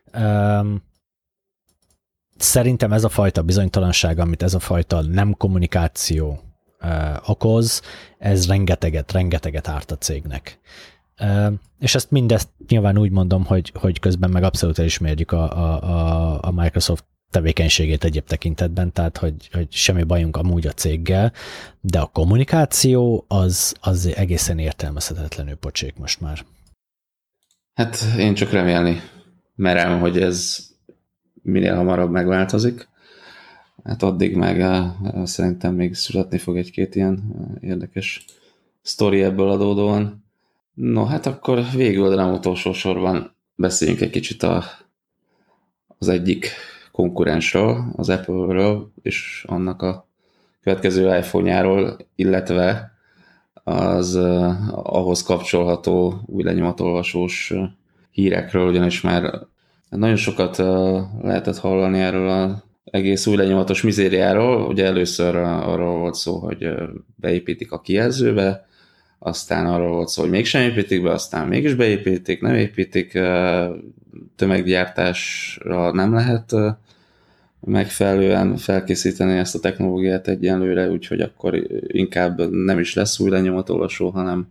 Szerintem ez a fajta bizonytalanság, amit ez a fajta nem kommunikáció okoz, ez rengeteget, rengeteget árt a cégnek. És ezt mindezt nyilván úgy mondom, hogy, hogy közben meg abszolút elismerjük a, a, a Microsoft tevékenységét egyéb tekintetben, tehát hogy, hogy semmi bajunk amúgy a céggel, de a kommunikáció az, az egészen értelmezhetetlenül pocsék most már. Hát én csak remélni merem, hogy ez minél hamarabb megváltozik. Hát addig meg szerintem még születni fog egy-két ilyen érdekes sztori ebből adódóan. No, hát akkor végül, de nem utolsó sorban beszéljünk egy kicsit a, az egyik konkurensről, az Apple-ről, és annak a következő iPhone-járól, illetve az uh, ahhoz kapcsolható új lenyomatolvasós uh, hírekről, ugyanis már nagyon sokat uh, lehetett hallani erről az egész új lenyomatos mizériáról. Ugye először uh, arról volt szó, hogy uh, beépítik a kijelzőbe, aztán arról volt szó, hogy mégsem építik be, aztán mégis beépítik, nem építik, uh, tömeggyártásra nem lehet uh, megfelelően felkészíteni ezt a technológiát egyenlőre, úgyhogy akkor inkább nem is lesz új lenyomatolvasó, hanem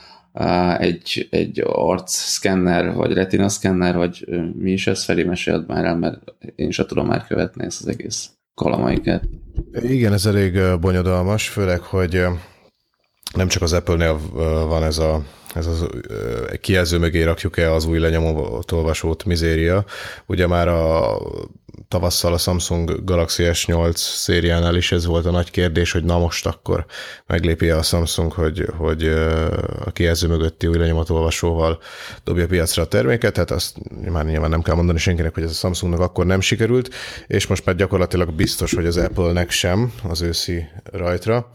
egy, egy arcszkenner, vagy retina szkenner, vagy mi is ez, Feri, mesélt már el, mert én sem tudom már követni ezt az egész kalamaikat. Igen, ez elég bonyodalmas, főleg, hogy nem csak az Apple-nél van ez a ez az kijelző mögé rakjuk-e az új lenyomatolvasót mizéria. Ugye már a tavasszal a Samsung Galaxy es nyolc szériánál is ez volt a nagy kérdés, hogy na most akkor meglépi a Samsung, hogy, hogy a kijelző mögötti új lenyomatolvasóval dobja piacra a terméket, tehát azt már nyilván nem kell mondani senkinek, hogy ez a Samsungnak akkor nem sikerült, és most már gyakorlatilag biztos, hogy az Apple-nek sem az őszi rajtra.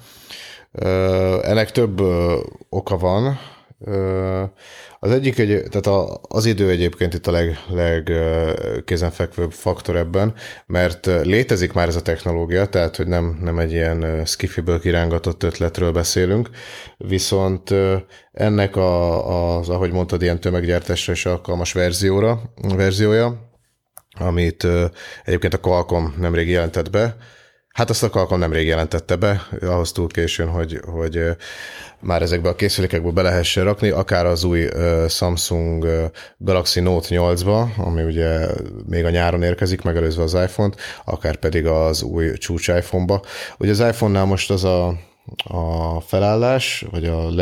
Ennek több oka van. Az egyik, egy, tehát az idő egyébként itt a leg, legkézenfekvőbb faktor ebben, mert létezik már ez a technológia, tehát hogy nem, nem egy ilyen skifiből kirángatott ötletről beszélünk, viszont ennek a, az, ahogy mondtad, ilyen tömeggyártásra is alkalmas verzióra, verziója, amit egyébként a Qualcomm nemrég jelentett be. Hát azt a Qualcomm nemrég jelentette be, ahhoz túl későn, hogy, hogy már ezekbe a készülékekbe be lehessen rakni, akár az új Samsung Galaxy Note nyolcba, ami ugye még a nyáron érkezik, megelőzve az iPhone-t, akár pedig az új csúcs iPhone-ba. Ugye az iPhone-nál most az a, a felállás, vagy a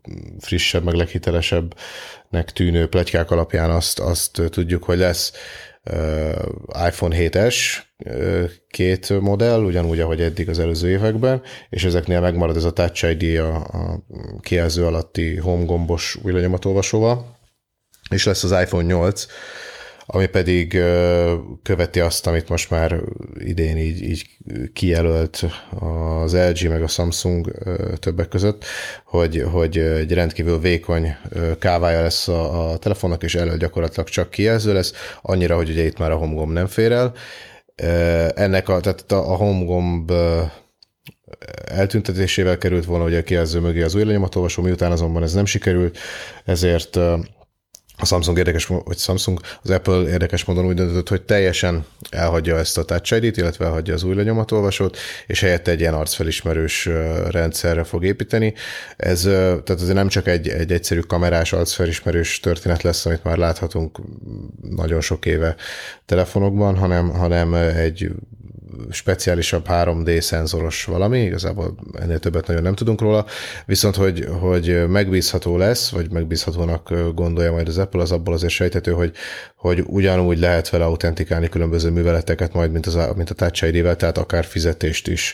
legfrissebb, meg leghitelesebbnek tűnő pletykák alapján azt, azt tudjuk, hogy lesz iPhone hét es két modell, ugyanúgy, ahogy eddig az előző években, és ezeknél megmarad ez a Touch i dé a, a kijelző alatti home gombos új lenyomatolvasóval, és lesz az iPhone nyolc, ami pedig követi azt, amit most már idén így, így kijelölt az el gé meg a Samsung többek között, hogy, hogy egy rendkívül vékony kávája lesz a, a telefonnak, és elől gyakorlatilag csak kijelző lesz, annyira, hogy ugye itt már a home gomb nem fér el. Ennek a, tehát a home gomb eltüntetésével került volna ugye a kijelző mögé az új lenyomatolvasó, miután azonban ez nem sikerült, ezért a Samsung érdekes, vagy Samsung, az Apple érdekes módon úgy döntött, hogy teljesen elhagyja ezt a Touch i dé-t, illetve elhagyja az új lenyomatolvasót, és helyette egy ilyen arcfelismerős rendszerre fog építeni. Ez tehát azért nem csak egy, egy egyszerű kamerás arcfelismerős történet lesz, amit már láthatunk nagyon sok éve telefonokban, hanem, hanem egy speciálisabb három dé szenzoros valami, igazából ennél többet nagyon nem tudunk róla, viszont hogy, hogy megbízható lesz, vagy megbízhatónak gondolja majd az Apple, az abból azért sejthető, hogy, hogy ugyanúgy lehet vele autentikálni különböző műveleteket majd, mint, az, mint a Touch i dé-vel, tehát akár fizetést is.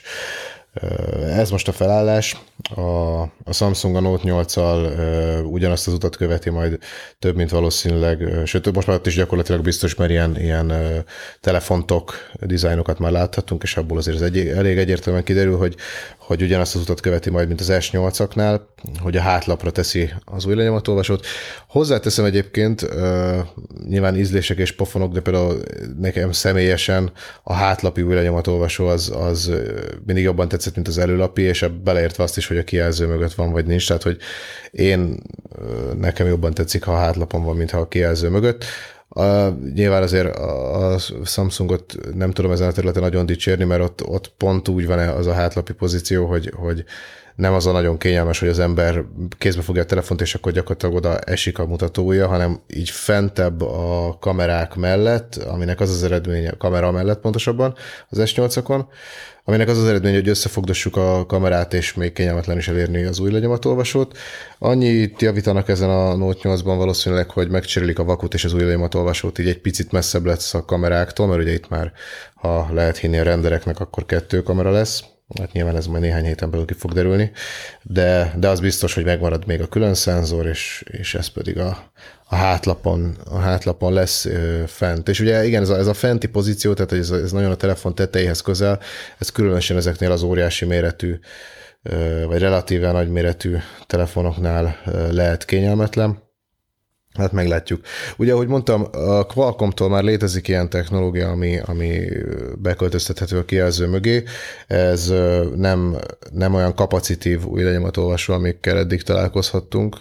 Ez most a felállás. A, a Samsung a Note nyolccal uh, ugyanazt az utat követi majd több, mint valószínűleg, uh, sőt, most már ott is gyakorlatilag biztos, mert ilyen, ilyen uh, telefontok, dizájnokat már láthatunk, és abból azért ez egy, elég egyértelműen kiderül, hogy, hogy ugyanazt az utat követi majd, mint az es nyolcaknál, hogy a hátlapra teszi az új lenyomatolvasót. Hozzáteszem egyébként, uh, nyilván ízlések és pofonok, de például nekem személyesen a hátlapi új lenyomatolvasó az, az mindig jobban tetszett, mint az előlapi, és beleértve azt is, hogy a kijelző mögött van, vagy nincs. Tehát, hogy én, nekem jobban tetszik, ha a hátlapon van, mint ha a kijelző mögött. A, nyilván azért a Samsungot nem tudom ezen a területen nagyon dicsérni, mert ott, ott pont úgy van az a hátlapi pozíció, hogy, hogy nem az a nagyon kényelmes, hogy az ember kézbe fogja a telefont, és akkor gyakorlatilag oda esik a mutatója, hanem így fentebb a kamerák mellett, aminek az az eredménye, a kamera mellett pontosabban, az es nyolcakon, aminek az az eredmény, hogy összefogdossuk a kamerát, és még kényelmetlen is elérni az új lenyomatolvasót. Annyit javítanak ezen a Note nyolcban valószínűleg, hogy megcserélik a vakut és az új lenyomatolvasót, így egy picit messzebb lesz a kameráktól, mert ugye itt már, ha lehet hinni a rendereknek, akkor kettő kamera lesz. Hát nyilván ez majd néhány héten belül ki fog derülni, de, de az biztos, hogy megmarad még a külön szenzor, és, és ez pedig a, a, hátlapon, a hátlapon lesz ö, fent. És ugye igen, ez a, ez a fenti pozíció, tehát ez, ez nagyon a telefon tetejéhez közel, ez különösen ezeknél az óriási méretű, ö, vagy relatíven nagy méretű telefonoknál ö, lehet kényelmetlen. Hát meglátjuk. Ugye, ahogy mondtam, a Qualcomm-tól már létezik ilyen technológia, ami, ami beköltöztethető a kijelző mögé. Ez nem, nem olyan kapacitív új lenyomatolvasó, amikkel eddig találkozhattunk,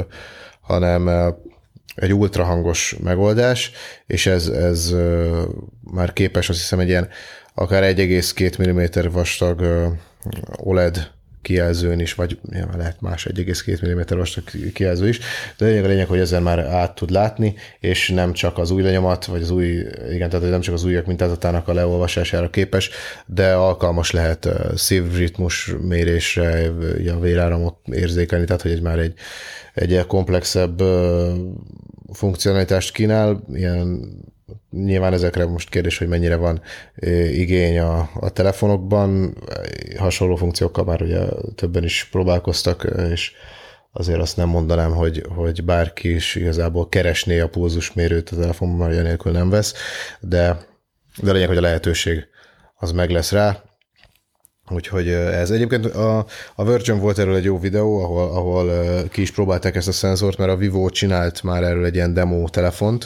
hanem egy ultrahangos megoldás, és ez, ez már képes, azt hiszem, egy ilyen akár egy egész két milliméter vastag o el e dé kijelzőn is, vagy ja, lehet más egy egész két milliméter vastag kijelző is, de lényeg a lényeg, hogy ezzel már át tud látni, és nem csak az új lenyomat, vagy az új, igen, tehát nem csak az újak mintázatának a leolvasására képes, de alkalmas lehet szívritmus mérésre, a véráramot érzékelni, tehát hogy egy már egy, egy komplexebb funkcionalitást kínál, ilyen nyilván ezekre most kérdés, hogy mennyire van igény a, a telefonokban. Hasonló funkciókkal már ugye többen is próbálkoztak, és azért azt nem mondanám, hogy, hogy bárki is igazából keresné a pulzusmérőt a telefonban, már ilyen nélkül nem vesz, de, de a lényeg, hogy a lehetőség az meg lesz rá. Úgyhogy ez egyébként a, a Virgin volt erről egy jó videó, ahol, ahol ki is próbálták ezt a szenzort, mert a Vivo csinált már erről egy ilyen demo telefont.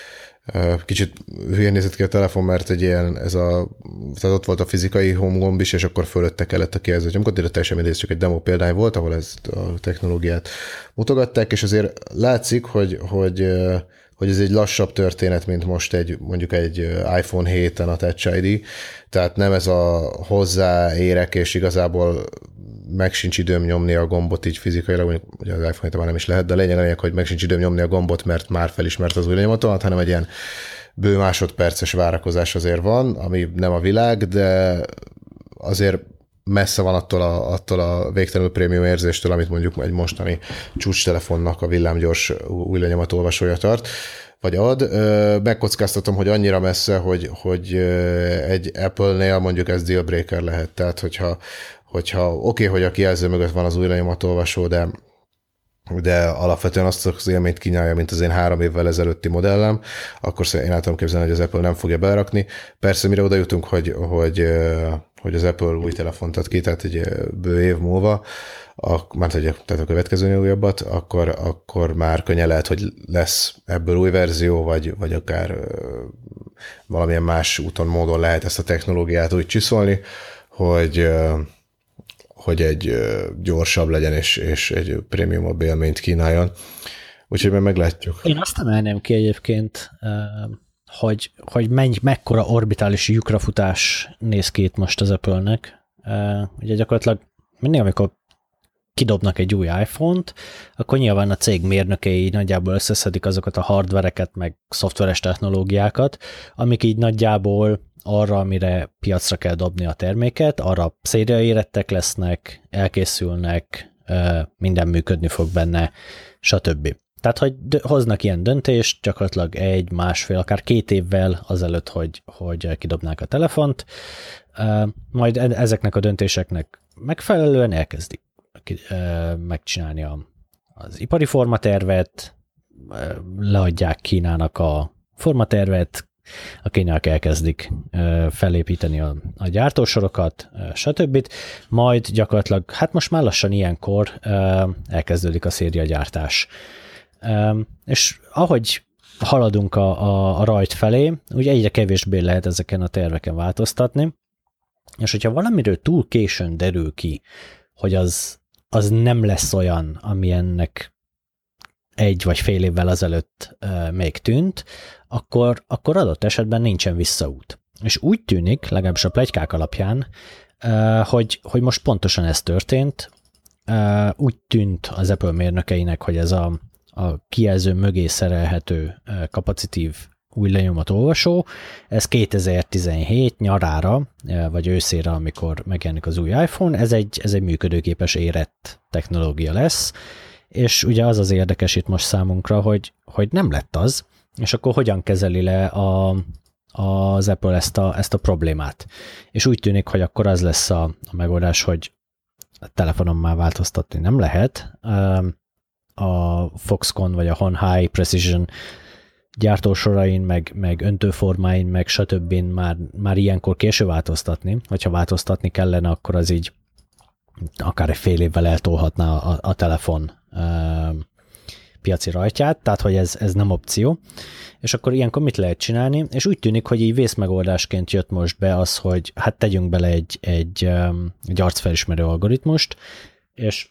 Kicsit hülyén nézett ki a telefon, mert egy ilyen, ez a, tehát ott volt a fizikai home gomb is, és akkor fölötte kellett a kijelző nyomkodni, de teljesen mindegy, csak egy demo példány volt, ahol ezt a technológiát mutogatták, és azért látszik, hogy, hogy, hogy ez egy lassabb történet, mint most egy, mondjuk egy iPhone héten a Touch i dé, tehát nem ez a hozzáérek, és igazából meg sincs időm nyomni a gombot így fizikailag, mondjuk ugye az iPhone héten már nem is lehet, de lényeg lényeg, hogy meg sincs időm nyomni a gombot, mert már felismert az új lenyomatot, hanem egy ilyen bő másodperces várakozás azért van, ami nem a világ, de azért messze van attól a, attól a végtelenül prémium érzéstől, amit mondjuk egy mostani csúcstelefonnak a villámgyors új lenyomatolvasója tart, vagy ad. Megkockáztatom, hogy annyira messze, hogy, hogy egy Apple-nél mondjuk ez dealbreaker lehet. Tehát, hogyha, hogyha oké, okay, hogy a kijelző mögött van az új lenyomatolvasó, de de alapvetően azt az élményt kínálja, mint az én három évvel ezelőtti modellem, akkor én el tudom képzelni, hogy az Apple nem fogja berakni. Persze, mire oda jutunk, hogy, hogy, hogy az Apple új telefont ad ki, tehát egy bő év múlva, a, már tehát a következőnél újabbat, akkor, akkor már könnyen lehet, hogy lesz ebből új verzió, vagy, vagy akár valamilyen más úton, módon lehet ezt a technológiát úgy csiszolni, hogy hogy egy gyorsabb legyen, és, és egy prémiumabb élményt kínáljon. Úgyhogy meg meglátjuk. Én azt emelném ki egyébként, hogy, hogy menny, mekkora orbitális lyukrafutás néz ki itt most az Apple-nek. Ugye gyakorlatilag mindig, amikor kidobnak egy új iPhone-t, akkor nyilván a cég mérnökei nagyjából összeszedik azokat a hardvereket, meg szoftveres technológiákat, amik így nagyjából arra, amire piacra kell dobni a terméket, arra szériaérettek lesznek, elkészülnek, minden működni fog benne, stb. Tehát, hogy hoznak ilyen döntést, gyakorlatilag egy, másfél, akár két évvel azelőtt, hogy, hogy kidobnák a telefont, majd ezeknek a döntéseknek megfelelően elkezdik megcsinálni az ipari formatervet, leadják Kínának a formatervet, a kínaiak elkezdik felépíteni a, a gyártósorokat, stb. Majd gyakorlatilag, hát most már lassan ilyenkor elkezdődik a szériagyártás. És ahogy haladunk a, a, a rajt felé, ugye egyre kevésbé lehet ezeken a terveken változtatni, és hogyha valamiről túl későn derül ki, hogy az, az nem lesz olyan, ami ennek egy vagy fél évvel azelőtt uh, még tűnt, akkor, akkor adott esetben nincsen visszaút. És úgy tűnik, legalábbis a pletykák alapján, uh, hogy, hogy most pontosan ez történt. Uh, úgy tűnt az Apple mérnökeinek, hogy ez a, a kijelző mögé szerelhető uh, kapacitív új lenyomatolvasó, ez kétezer-tizenhét nyarára, uh, vagy őszére, amikor megjelenik az új iPhone, ez egy, ez egy működőképes érett technológia lesz, és ugye az az érdekes itt most számunkra, hogy, hogy nem lett az, és akkor hogyan kezeli le a, az Apple ezt a, ezt a problémát. És úgy tűnik, hogy akkor az lesz a, a megoldás, hogy a telefonon már változtatni nem lehet. A Foxconn vagy a Hon High Precision gyártósorain, meg, meg öntőformáin, meg stb. Már, már ilyenkor késő változtatni. Hogyha változtatni kellene, akkor az így akár egy fél évvel eltolhatná a, a telefon uh, piaci rajtját, tehát hogy ez, ez nem opció. És akkor ilyenkor mit lehet csinálni? És úgy tűnik, hogy így vészmegoldásként jött most be az, hogy hát tegyünk bele egy, egy, um, egy arcfelismerő algoritmust, és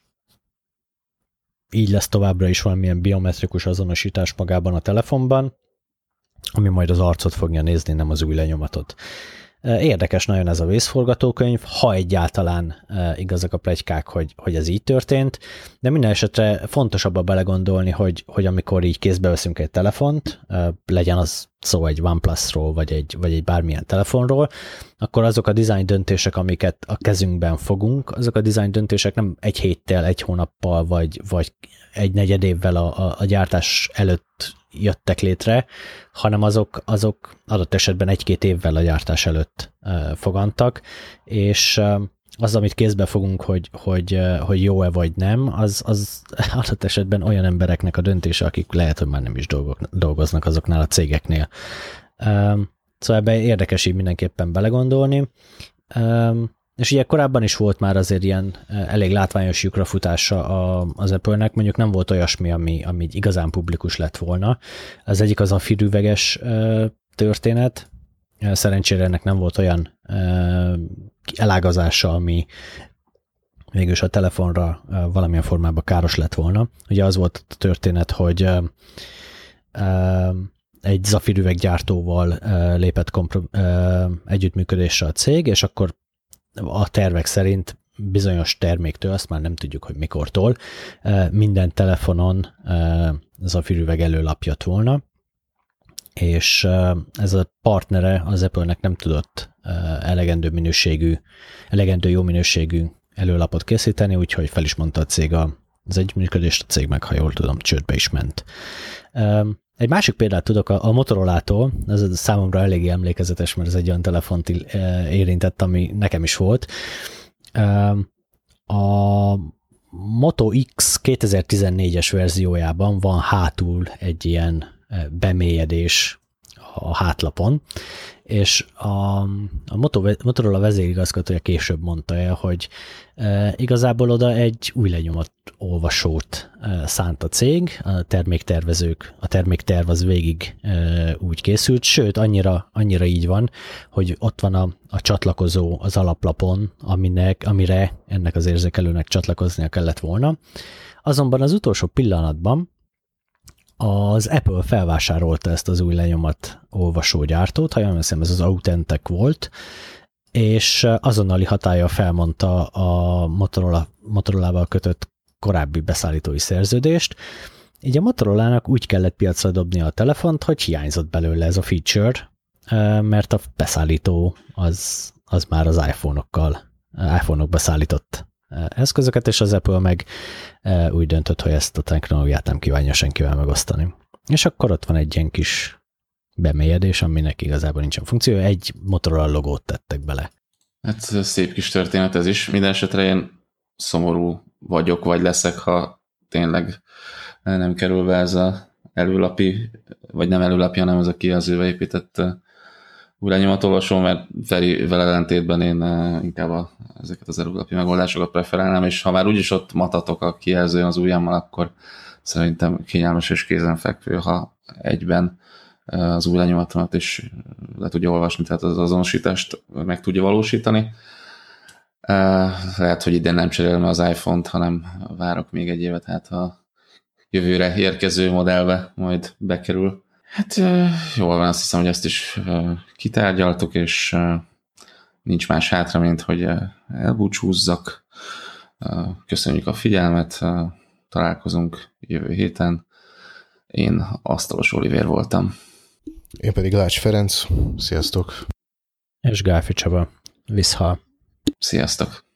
így lesz továbbra is valamilyen biometrikus azonosítás magában a telefonban, ami majd az arcot fogja nézni, nem az új lenyomatot. Érdekes nagyon ez a vészforgatókönyv, ha egyáltalán igazak a pletykák, hogy, hogy ez így történt, de minden esetre fontos abba belegondolni, hogy, hogy amikor így kézbe veszünk egy telefont, legyen az szó egy OnePlus-ról, vagy egy, vagy egy bármilyen telefonról, akkor azok a design döntések, amiket a kezünkben fogunk, azok a design döntések nem egy héttel, egy hónappal, vagy, vagy egy negyed évvel a, a, a gyártás előtt jöttek létre, hanem azok, azok adott esetben egy-két évvel a gyártás előtt uh, fogantak, és uh, az, amit kézbe fogunk, hogy, hogy, uh, hogy jó-e vagy nem, az, az adott esetben olyan embereknek a döntése, akik lehet, hogy már nem is dolgoznak azoknál a cégeknél. Uh, szóval ebben érdekes így mindenképpen belegondolni. Uh, És ugye korábban is volt már azért ilyen elég látványos lyukrafutása az Apple-nek, mondjuk nem volt olyasmi, ami, ami igazán publikus lett volna. Az egyik az a firüveges történet, szerencsére ennek nem volt olyan elágazása, ami végülis a telefonra valamilyen formában káros lett volna. Ugye az volt a történet, hogy egy zafirüveggyártóval lépett komprom- együttműködésre a cég, és akkor a tervek szerint bizonyos terméktől, azt már nem tudjuk, hogy mikortól, minden telefonon zafirüveg előlap jött volna, és ez a partnere az Apple-nek nem tudott elegendő minőségű, elegendő jó minőségű előlapot készíteni, úgyhogy fel is mondta a cég az együttműködést, a cég meg, ha jól tudom, csődbe is ment. Egy másik példát tudok a Motorolától, ez számomra eléggé emlékezetes, mert ez egy olyan telefont érintett, ami nekem is volt. A Moto X kétezer-tizennégyes verziójában van hátul egy ilyen bemélyedés a hátlapon, és a, a Motorola vezérigazgatója később mondta el, hogy e, igazából oda egy új lenyomat olvasót e, szánt a cég, a terméktervezők, a termékterv az végig e, úgy készült, sőt, annyira, annyira így van, hogy ott van a, a csatlakozó az alaplapon, aminek, amire ennek az érzékelőnek csatlakoznia kellett volna. Azonban az utolsó pillanatban az Apple felvásárolta ezt az új lenyomat olvasógyártót, ha jól hiszem, ez az Authentic volt, és azonnali hatállyal felmondta a Motorola, Motorolával kötött korábbi beszállítói szerződést. Így a Motorolának úgy kellett piacra dobnia a telefont, hogy hiányzott belőle ez a feature, mert a beszállító az, az már az iPhone-okkal, iPhone-ok beszállított eszközöket, és az Apple meg úgy döntött, hogy ezt a technológiát nem kívánja senkivel megosztani. És akkor ott van egy ilyen kis bemélyedés, aminek igazából nincsen funkció, egy Motorola logót tettek bele. Hát szép kis történet ez is. Minden esetre én szomorú vagyok, vagy leszek, ha tényleg nem kerül be ez az előlapi, vagy nem előlapi, hanem az a kijelzővel épített új lenyomatolvasó, mert Ferivel ellentétben én inkább a, ezeket az előlapi megoldásokat preferálnám, és ha már úgyis ott matatok a kijelzőn az ujjammal, akkor szerintem kényelmes és kézenfekvő, ha egyben az új lenyomatomat is le tudja olvasni, tehát az azonosítást meg tudja valósítani. Lehet, hogy idén nem cserélem az iPhone-t, hanem várok még egy évet, hát ha jövőre érkező modellbe majd bekerül. Hát jól van, azt hiszem, hogy ezt is kitárgyaltuk, és nincs más hátra, mint hogy elbúcsúzzak. Köszönjük a figyelmet, találkozunk jövő héten. Én Asztalos Olivér voltam. Én pedig Lács Ferenc. Sziasztok! És Gálfi Csaba. Viszha! Sziasztok!